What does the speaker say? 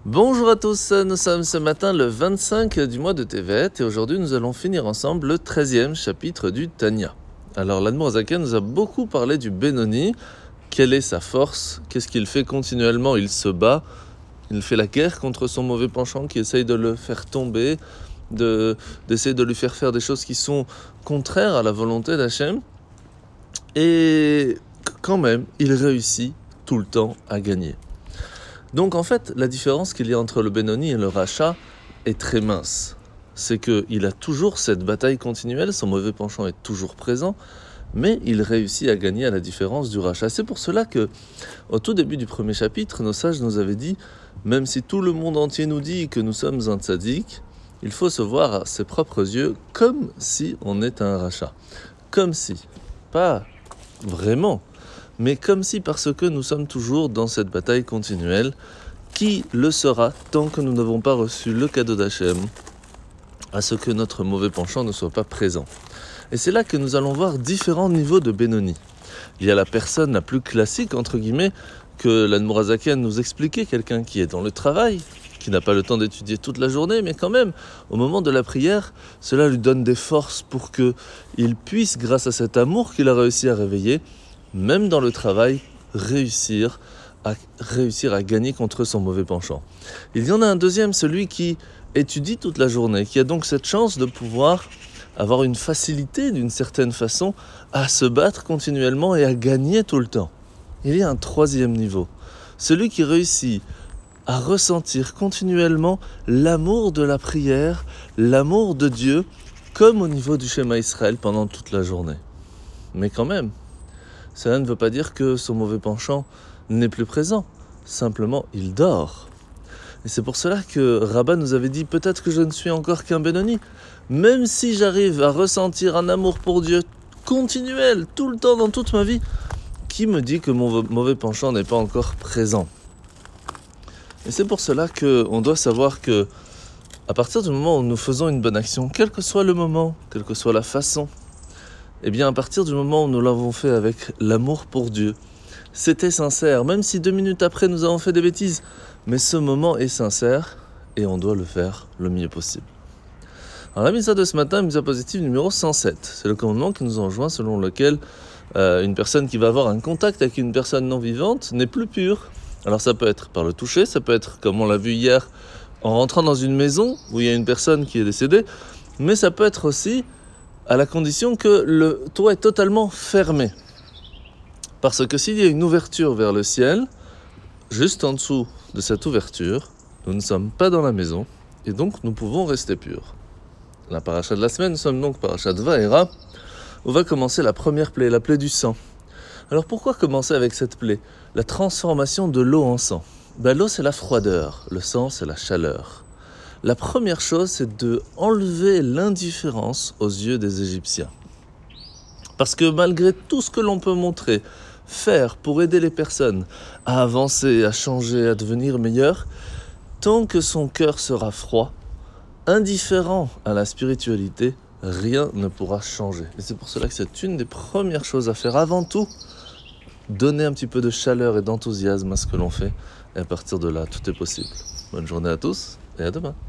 Bonjour à tous, nous sommes ce matin le 25 du mois de Tevet et aujourd'hui nous allons finir ensemble le 13e chapitre du Tanya. Alors l'Admour Zaken nous a beaucoup parlé du Benoni, quelle est sa force, qu'est-ce qu'il fait continuellement, il se bat, il fait la guerre contre son mauvais penchant qui essaye de le faire tomber, d'essayer de lui faire des choses qui sont contraires à la volonté d'Hachem et quand même il réussit tout le temps à gagner. Donc en fait, la différence qu'il y a entre le Benoni et le Racha est très mince. C'est qu'il a toujours cette bataille continuelle, son mauvais penchant est toujours présent, mais il réussit à gagner à la différence du Racha. C'est pour cela que, au tout début du premier chapitre, nos sages nous avaient dit, même si tout le monde entier nous dit que nous sommes un tzaddik, il faut se voir à ses propres yeux comme si on est un Racha. Comme si, pas vraiment, mais comme si parce que nous sommes toujours dans cette bataille continuelle, qui le sera tant que nous n'avons pas reçu le cadeau d'Hachem, à ce que notre mauvais penchant ne soit pas présent. Et c'est là que nous allons voir différents niveaux de Benoni. Il y a la personne la plus classique, entre guillemets, que l'Admour Zaken nous expliquait, quelqu'un qui est dans le travail, qui n'a pas le temps d'étudier toute la journée, mais quand même, au moment de la prière, cela lui donne des forces pour qu'il puisse, grâce à cet amour qu'il a réussi à réveiller, même dans le travail, réussir à gagner contre son mauvais penchant. Il y en a un deuxième, celui qui étudie toute la journée, qui a donc cette chance de pouvoir avoir une facilité d'une certaine façon à se battre continuellement et à gagner tout le temps. Il y a un troisième niveau, celui qui réussit à ressentir continuellement l'amour de la prière, l'amour de Dieu, comme au niveau du Shema Israël pendant toute la journée. Mais quand même, cela ne veut pas dire que son mauvais penchant n'est plus présent. Simplement, il dort. Et c'est pour cela que Rabbah nous avait dit, peut-être que je ne suis encore qu'un Benoni. Même si j'arrive à ressentir un amour pour Dieu continuel, tout le temps, dans toute ma vie, qui me dit que mon mauvais penchant n'est pas encore présent? Et c'est pour cela qu'on doit savoir que, à partir du moment où nous faisons une bonne action, quel que soit le moment, quelle que soit la façon, eh bien, à partir du moment où nous l'avons fait avec l'amour pour Dieu, c'était sincère, même si 2 minutes après nous avons fait des bêtises, mais ce moment est sincère et on doit le faire le mieux possible. Alors la mitzvah de ce matin, mitzvah positive numéro 107, c'est le commandement qui nous enjoint selon lequel une personne qui va avoir un contact avec une personne non vivante n'est plus pure. Alors ça peut être par le toucher, ça peut être comme on l'a vu hier en rentrant dans une maison où il y a une personne qui est décédée, mais ça peut être aussi à la condition que le toit est totalement fermé. Parce que s'il y a une ouverture vers le ciel, juste en dessous de cette ouverture, nous ne sommes pas dans la maison, et donc nous pouvons rester purs. La paracha de la semaine, nous sommes donc paracha de Vaera, où va commencer la première plaie, la plaie du sang. Alors pourquoi commencer avec cette plaie? La transformation de l'eau en sang. L'eau c'est la froideur, le sang c'est la chaleur. La première chose, c'est de enlever l'indifférence aux yeux des Égyptiens. Parce que malgré tout ce que l'on peut montrer, faire pour aider les personnes à avancer, à changer, à devenir meilleures, tant que son cœur sera froid, indifférent à la spiritualité, rien ne pourra changer. Et c'est pour cela que c'est une des premières choses à faire avant tout, donner un petit peu de chaleur et d'enthousiasme à ce que l'on fait, et à partir de là, tout est possible. Bonne journée à tous et à demain.